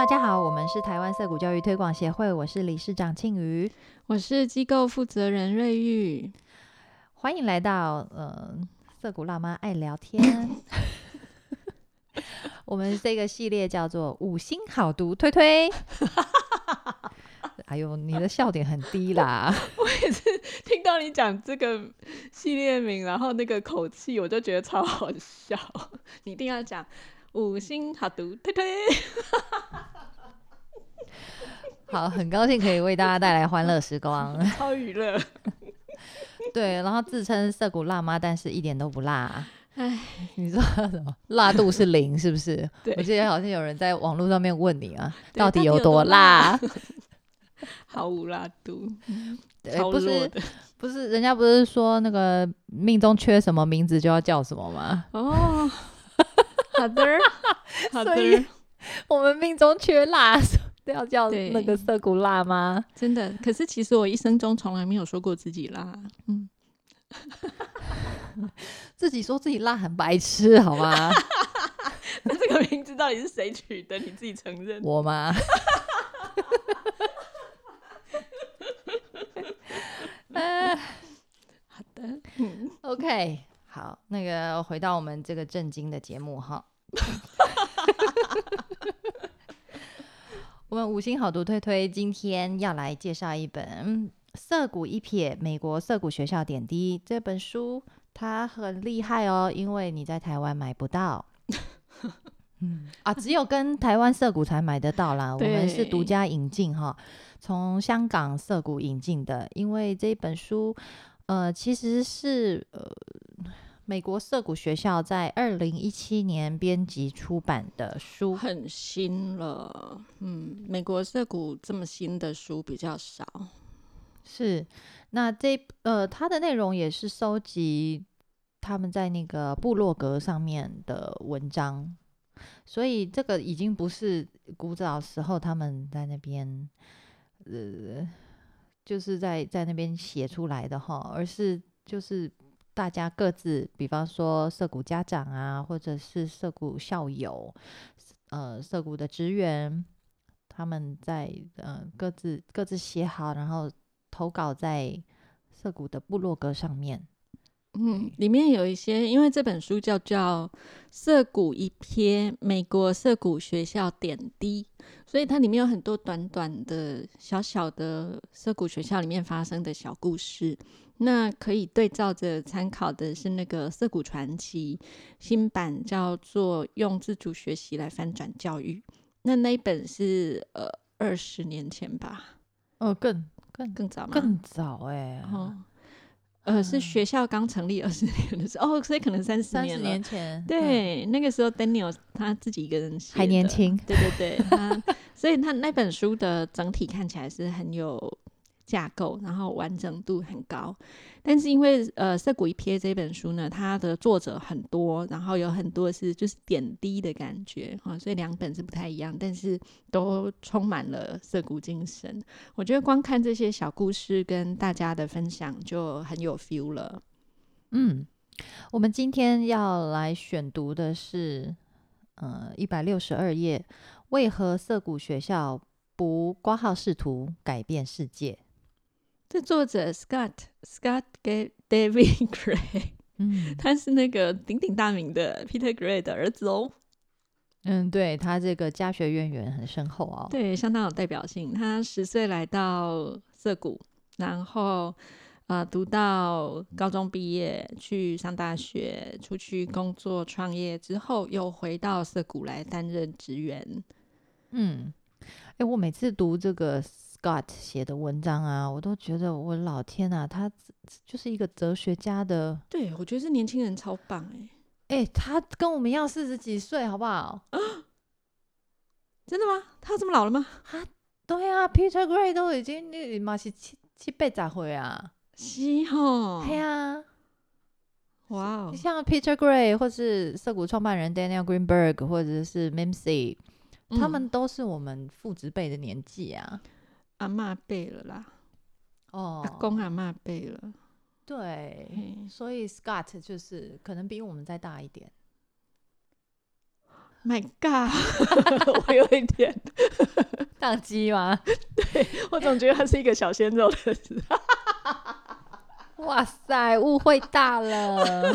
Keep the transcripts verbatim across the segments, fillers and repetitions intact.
大家好，我们是台湾涩谷教育推广协会，我是理事长庆瑜， 我是机构负责人瑞玉， 欢迎来到呃涩谷辣妈爱聊天。我们这个系列叫做五星好读推推。哎呦，你的笑点很低啦！ 我也是听到你讲这个系列名，然后那个口气，我就觉得超好笑。你一定要讲五星好读推推。 好，很高兴可以为大家带来欢乐时光， 超娱乐。 对，然后自称涩谷辣妈，但是一点都不辣。 唉， 你说什么？辣度是零，是不是？ 对， 我记得好像有人在网络上面问你啊， 到到底有多辣？ 毫无辣度， 对， 超不是弱的。 不是，人家不是说那个命中缺什么名字就要叫什么吗？ 哦，好的，好的。 所以我们命中缺辣，都要叫对那个涩谷辣吗？ 真的，可是其实我一生中从来没有说过自己辣。嗯， 自己说自己辣很白痴，好吗？ 那这个名字到底是谁取的？你自己承认？ 我吗？呃好的，嗯， OK， 好，那个回到我们这个正经的节目哈。我们五星好读推推今天要来介绍一本涩谷一瞥美国涩谷学校点滴这本书，它很厉害哦，因为你在台湾买不到。嗯啊，只有跟台湾涩谷才买得到啦。我们是独家引进哈，从香港涩谷引进的。因为这本书，呃，其实是呃美国涩谷学校在二零一七年编辑出版的书， 很新了。嗯，美国涩谷这么新的书比较少。 是，那这呃，它的内容也是收集他们在那个部落格上面的文章，所以这个已经不是古早时候他们在那边呃，就是在在那边写出来的哈，而是就是大家各自，比方说涩谷家长啊，或者是涩谷校友，呃，涩谷的职员，他们在呃各自各自写好，然后投稿在涩谷的部落格上面。 嗯，里面有一些，因为这本书叫叫涩谷一瞥美国涩谷学校点滴，所以它里面有很多短短的小小的涩谷学校里面发生的小故事。那可以对照着参考的是那个涩谷传奇新版，叫做用自主学习来翻转教育。那那一本是呃二十年前吧， 哦，更更更早吗？ 更早哎、欸， 哦，呃，是学校刚成立二十年的时候，哦，所以可能三十三十年了。 年前，嗯， 对，那个时候 Daniel 他自己一个人写的， 还年轻。 对对对，他所以他那本书的整体看起来是很有架构，然后完整度很高。但是因为呃涩谷一瞥这本书呢，它的作者很多，然后有很多是就是点滴的感觉，哦，所以两本是不太一样，但是都充满了涩谷精神。我觉得光看这些小故事跟大家的分享就很有 feel 了。 嗯，我们今天要来选读的是呃一百六十二页，为何涩谷学校不挂号试图改变世界？ 这作者 Scott Scott David Gray， 嗯他是那个鼎鼎大名的 Peter Gray 的儿子哦。 嗯，对，他这个家学渊源很深厚哦。 对，相当有代表性。他十岁来到涩谷，然后呃读到高中毕业，去上大学，出去工作创业之后，又回到涩谷来担任职员。 嗯，哎，我每次读这个 Scott 写的文章啊，我都觉得我老天啊，他就是一个哲学家的。 对，我觉得这年轻人超棒哎。 哎，他跟我们一样四十几岁，好不好？ 真的吗？他这么老了吗？ 对啊 ，Peter Gray 都已经你嘛是七七八十岁啊。 是吼， 对啊， 哇哦， 像 Peter Gray 或是涩谷创办人 Daniel Greenberg 或者是 Mimsy，、嗯、他们都是我们父执辈的年纪啊。 阿嬷辈了啦， 哦， 阿公阿嬷辈了。 对，所以 Scott 就是可能比我们再大一点。 My God 我有一点宕机吗？ 对，我总觉得他是一个小鲜肉的人哇塞，误会大了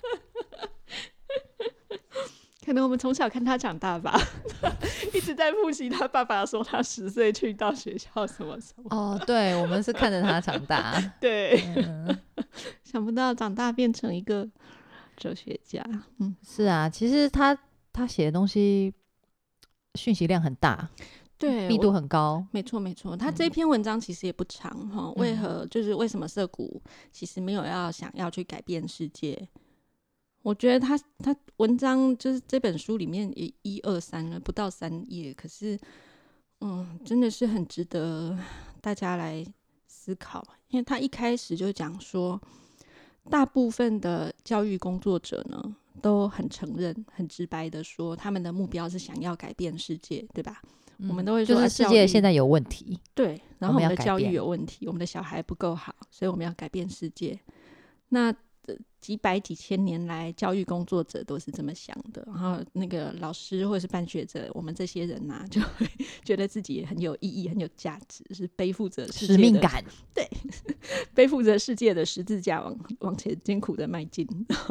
可能我们从小看他长大吧一直在复习他爸爸说他十岁去到学校什么什么哦，对，我们是看着他长大对、 嗯、 想不到长大变成一个哲学家。嗯， 是啊，其实他他写的东西讯息量很大， 对， 密度很高。 没错没错，他这篇文章其实也不长哈、嗯，为何就是为什么涩谷其实没有要想要去改变世界？我觉得他他文章就是这本书里面也一二三了，不到三页，可是嗯，真的是很值得大家来思考，因为他一开始就讲说，大部分的教育工作者呢都很承认、很直白的说，他们的目标是想要改变世界，对吧？ 嗯、 我们都会说， 就是世界现在有问题， 对，然后我们的教育我们有问题，我们的小孩不够好，所以我们要改变世界。那几百几千年来教育工作者都是这么想的，然后那个老师或者是办学者，我们这些人啊就会觉得自己很有意义很有价值，是背负着世界的使命感， 对，背负着世界的十字架往往前艰苦的迈进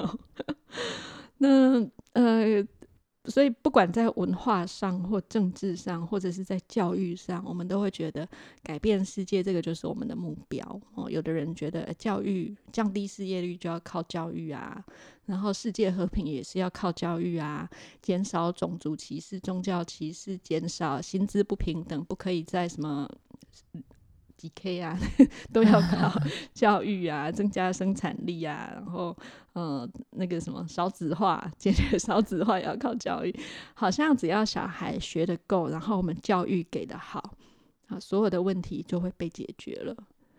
那呃所以不管在文化上或政治上或者是在教育上，我们都会觉得改变世界这个就是我们的目标、哦、有的人觉得教育降低失业率就要靠教育啊，然后世界和平也是要靠教育啊，减少种族歧视宗教歧视，减少薪资不平等，不可以在什么几 K 啊都要靠教育啊，增加生产力啊，然后呃那个什么少子化，解决少子化也要靠教育，好像只要小孩学得够，然后我们教育给得好啊，所有的问题就会被解决了。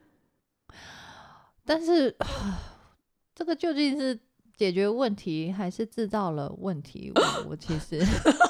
但是这个究竟是解决问题还是制造了问题？我, 我其实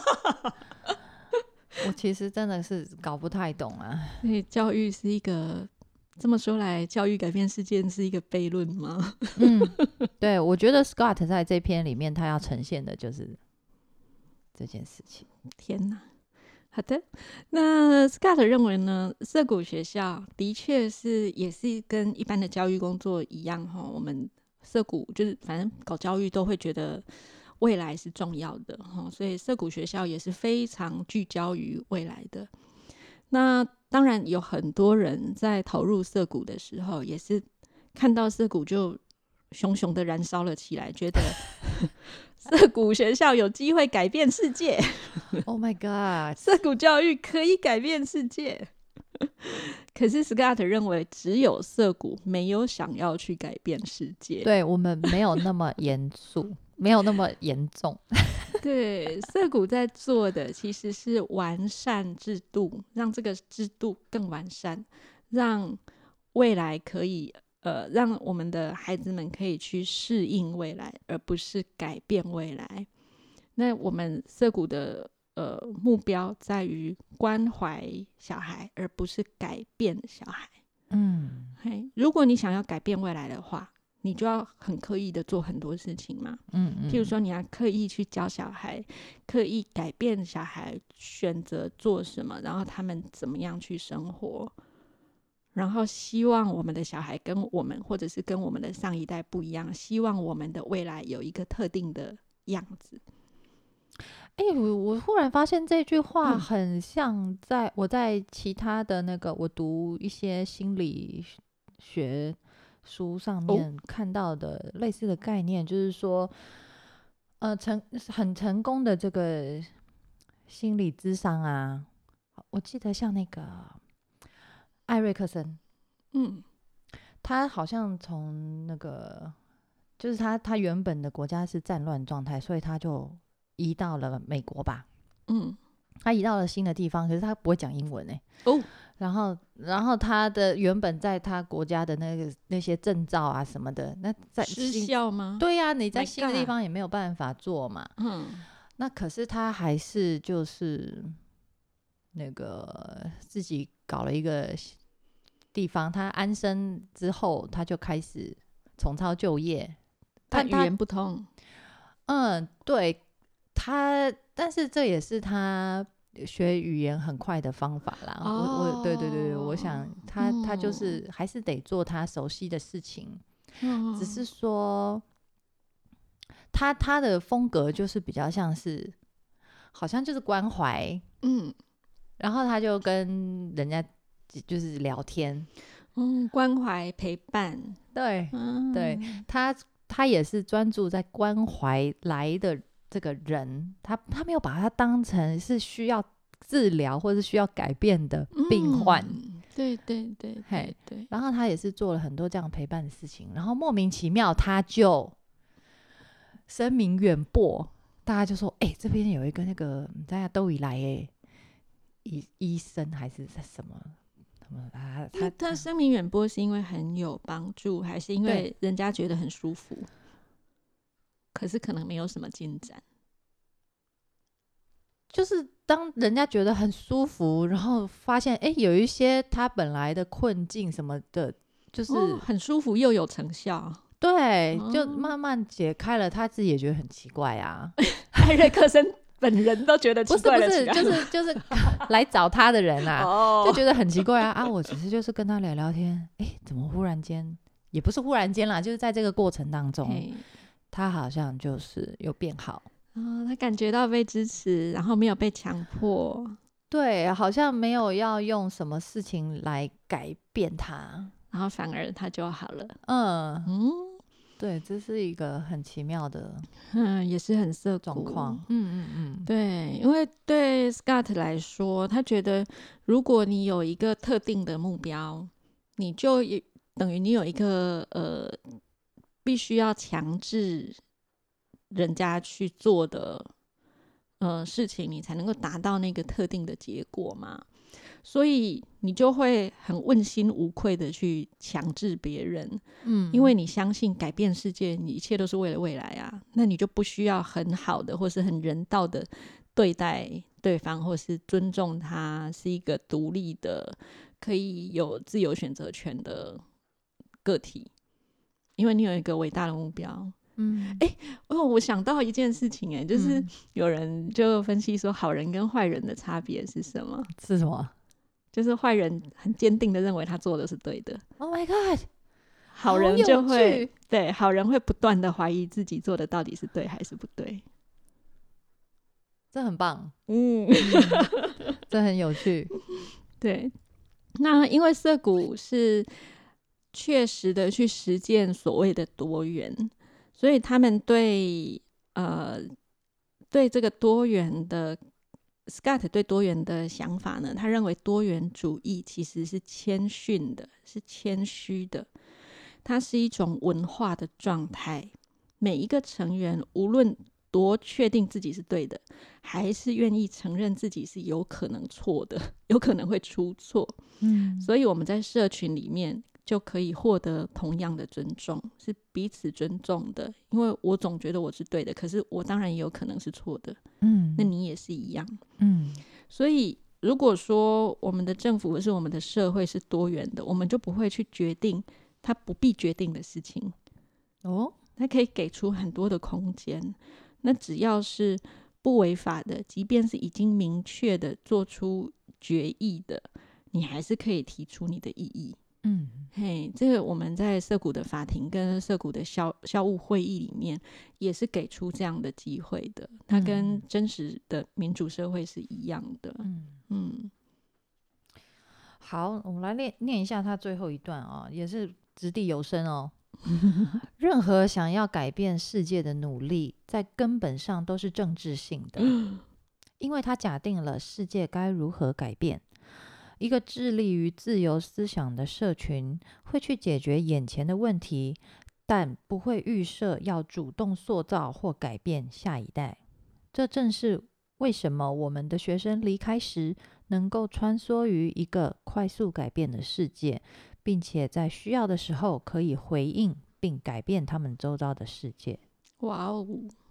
我其实真的是搞不太懂啊。 所以教育是一个，这么说来，教育改变世界是一个悖论吗？ 嗯，对，我觉得 Scott 在这篇里面他要呈现的就是这件事情。 天哪！好的，那 Scott 认为呢，涩谷学校的确是也是跟一般的教育工作一样哈，我们涩谷就是反正搞教育都会觉得未来是重要的，所以涩谷学校也是非常聚焦于未来的。那当然有很多人在投入涩谷的时候，也是看到涩谷就熊熊的燃烧了起来，觉得涩谷学校有机会改变世界 Oh my god， 涩谷教育可以改变世界可是 Scott 认为只有涩谷没有想要去改变世界， 对，我们没有那么严肃没有那么严重对，涩谷在做的其实是完善制度，让这个制度更完善，让未来可以呃，让我们的孩子们可以去适应未来，而不是改变未来。那我们涩谷的呃目标在于关怀小孩，而不是改变小孩。 嗯， 嘿，如果你想要改变未来的话，你就要很刻意的做很多事情嘛。 嗯嗯， 譬如说你要刻意去教小孩，刻意改变小孩选择做什么，然后他们怎么样去生活，然后希望我们的小孩跟我们或者是跟我们的上一代不一样，希望我们的未来有一个特定的样子。 哎、欸，我我忽然发现这句话嗯很像在我在其他的那个我读一些心理学书上面看到的类似的概念，哦、就是说，呃，成很成功的这个心理咨商啊，我记得像那个艾瑞克森， 嗯， 他好像从那个就是他他原本的国家是战乱状态，所以他就移到了美国吧， 嗯， 他移到了新的地方，可是他不会讲英文哎， 哦， 然后然后他的原本在他国家的那个那些证照啊什么的，那在失效吗？ 对呀、啊，你在 My 新的地方也没有办法做嘛， 嗯， 那可是他还是就是那个自己搞了一个地方，他安身之后，他就开始重操旧业， 但语言不通， 嗯，对。 他，但是这也是他学语言很快的方法啦。哦、我我对对对，我想他、嗯、他就是还是得做他熟悉的事情，嗯、只是说他他的风格就是比较像是，好像就是关怀，嗯，然后他就跟人家就是聊天， 嗯，关怀陪伴， 对，嗯、对他他也是专注在关怀来的这个人，他他没有把他当成是需要治疗或是需要改变的病患， 嗯、对对对对对。 然后他也是做了很多这样陪伴的事情，然后莫名其妙他就声名远播，大家就说：“哎、欸，这边有一个那个大家都以来哎，医医生还是什么？” 他他他声名远播是因为很有帮助，还是因为人家觉得很舒服？可是可能没有什么进展。 就是当人家觉得很舒服，然后发现哎、欸，有一些他本来的困境什么的，就是、 哦、很舒服又有成效。 对、哦，就慢慢解开了，他自己也觉得很奇怪啊。 艾瑞克森本人都觉得奇怪了起来， 不是不是，就是就是来找他的人啊，就觉得很奇怪啊啊！我只是就是跟他聊聊天，哎，怎么忽然间，也不是忽然间啦，就是在这个过程当中，他好像就是有变好。 哦，他感觉到被支持，然后没有被强迫， 对，好像没有要用什么事情来改变他， 然后反而他就好了。 嗯嗯，对，这是一个很奇妙的， 嗯，也是很涩状况。嗯嗯嗯， 对，因为对 Scott 来说，他觉得如果你有一个特定的目标，你就等于你有一个呃必须要强制人家去做的呃事情，你才能够达到那个特定的结果嘛。所以你就会很问心无愧的去强制别人，嗯，因为你相信改变世界，你一切都是为了未来啊，那你就不需要很好的或是很人道的对待对方，或是尊重他是一个独立的可以有自由选择权的个体，因为你有一个伟大的目标。嗯，哎、欸哦，我想到一件事情、欸，哎，就是有人就分析说，好人跟坏人的差别是什么？ 是什么？ 就是坏人很坚定的认为他做的是对的。 Oh my god！ 好人就会对好人会不断的怀疑自己做的到底是对还是不对。 这很棒，嗯，嗯这很有趣。 对，那因为涩谷是确实的去实践所谓的多元，所以他们对呃对这个多元的。Scott 对多元的想法呢，他认为多元主义其实是谦逊的，是谦虚的，它是一种文化的状态。每一个成员无论多确定自己是对的，还是愿意承认自己是有可能错的，有可能会出错。嗯，所以我们在社群里面就可以获得同样的尊重，是彼此尊重的。因为我总觉得我是对的，可是我当然也有可能是错的。嗯，那你也是一样。嗯，所以如果说我们的政府或是我们的社会是多元的，我们就不会去决定他不必决定的事情。哦，它可以给出很多的空间。那只要是不违法的，即便是已经明确的做出决议的，你还是可以提出你的异议。嗯，嘿，这个我们在涩谷的法庭跟涩谷的校校务会议里面也是给出这样的机会的，它跟真实的民主社会是一样的。嗯嗯， 好，我们来念念一下他最后一段哦，也是掷地有声哦。任何想要改变世界的努力，在根本上都是政治性的，因为他假定了世界该如何改变。一个致力于自由思想的社群会去解决眼前的问题，但不会预设要主动塑造或改变下一代。这正是为什么我们的学生离开时能够穿梭于一个快速改变的世界，并且在需要的时候可以回应并改变他们周遭的世界。 哇哦！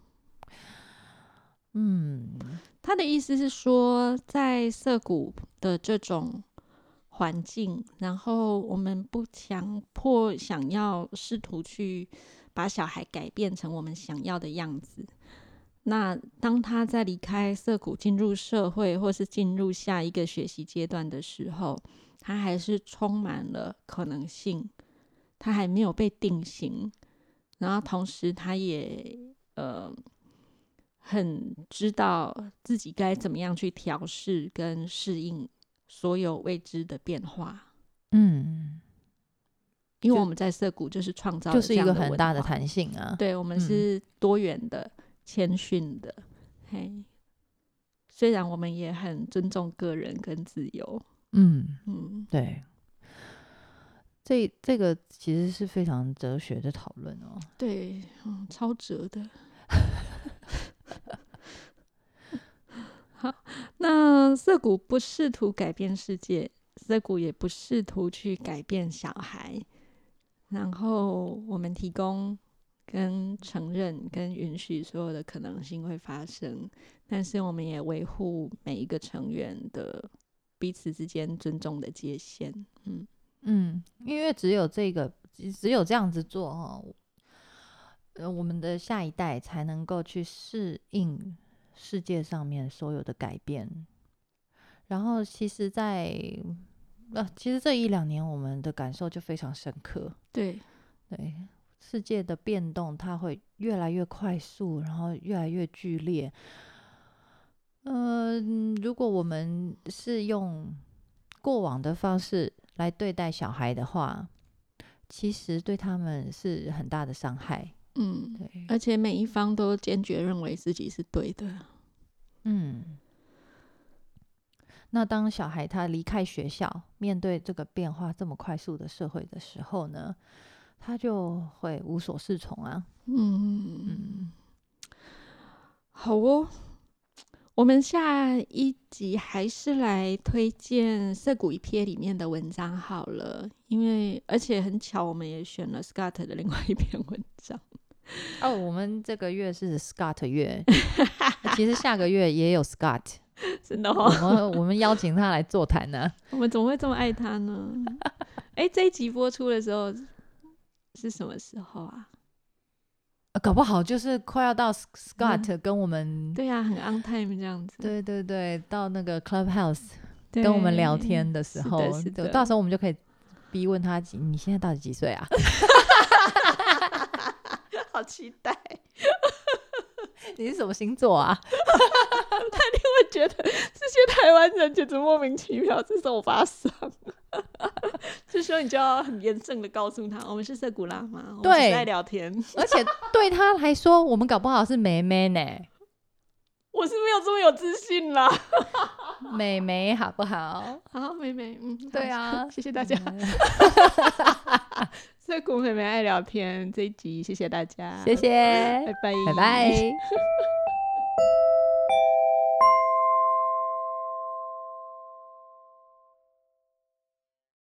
嗯，他的意思是说，在涩谷的这种环境，然后我们不强迫想要试图去把小孩改变成我们想要的样子， 那当他在离开涩谷进入社会或是进入下一个学习阶段的时候，他还是充满了可能性，他还没有被定型，然后同时他也呃很知道自己该怎么样去调试跟适应所有未知的变化。 嗯， 因为我们在涩谷就是创造了就是一个这样的文化， 很大的弹性啊。 对，我们是多元的、谦逊的，嘿，虽然我们也很尊重个人跟自由。 嗯嗯， 对，这这个其实是非常哲学的讨论哦。 对，嗯，超哲的。好，那涩谷不试图改变世界，涩谷也不试图去改变小孩，然后我们提供跟承认跟允许所有的可能性会发生，但是我们也维护每一个成员的彼此之间尊重的界限。嗯嗯，因为只有这个，只有这样子做哈，呃，我们的下一代才能够去适应世界上面所有的改变。然后，其实在，呃，其实这一两年我们的感受就非常深刻。 对对，世界的变动它会越来越快速，然后越来越剧烈。呃，如果我们是用过往的方式来对待小孩的话，其实对他们是很大的伤害。 嗯， 对， 而且每一方都坚决认为自己是对的。 嗯。那当小孩他离开学校，面对这个变化这么快速的社会的时候呢，他就会无所适从啊。 嗯嗯， 好哦。我们下一集还是来推荐涩谷一瞥里面的文章好了，因为而且很巧，我们也选了 Scott 的另外一篇文章。 哦，我们这个月是 Scott 月，其实下个月也有 Scott， 真的哦， 我们我们邀请他来座谈呢。 我们怎么会这么爱他呢？哎，这一集播出的时候是什么时候啊？ 呃搞不好就是快要到 Scott 跟我们、 嗯、对呀、啊，很 on time 这样子。 对对对，到那个 Clubhouse 跟我们聊天的时候， 是的是的， 到时候我们就可以逼问他，你现在到底几岁啊？ 好期待！ 你是什么星座啊？ 他一定会觉得这些台湾人简直莫名其妙，这是我发伤。这时候你就要很严正的告诉他，我们是涩谷辣妈，我们是在聊天。 而且对他来说，我们搞不好是妹妹呢。 我是没有这么有自信啦。 妹妹好不好？ 好，妹妹，嗯， 对啊， 谢谢大家。涩谷妹妹爱聊天这一集，谢谢大家， 谢谢， 拜拜， 拜拜。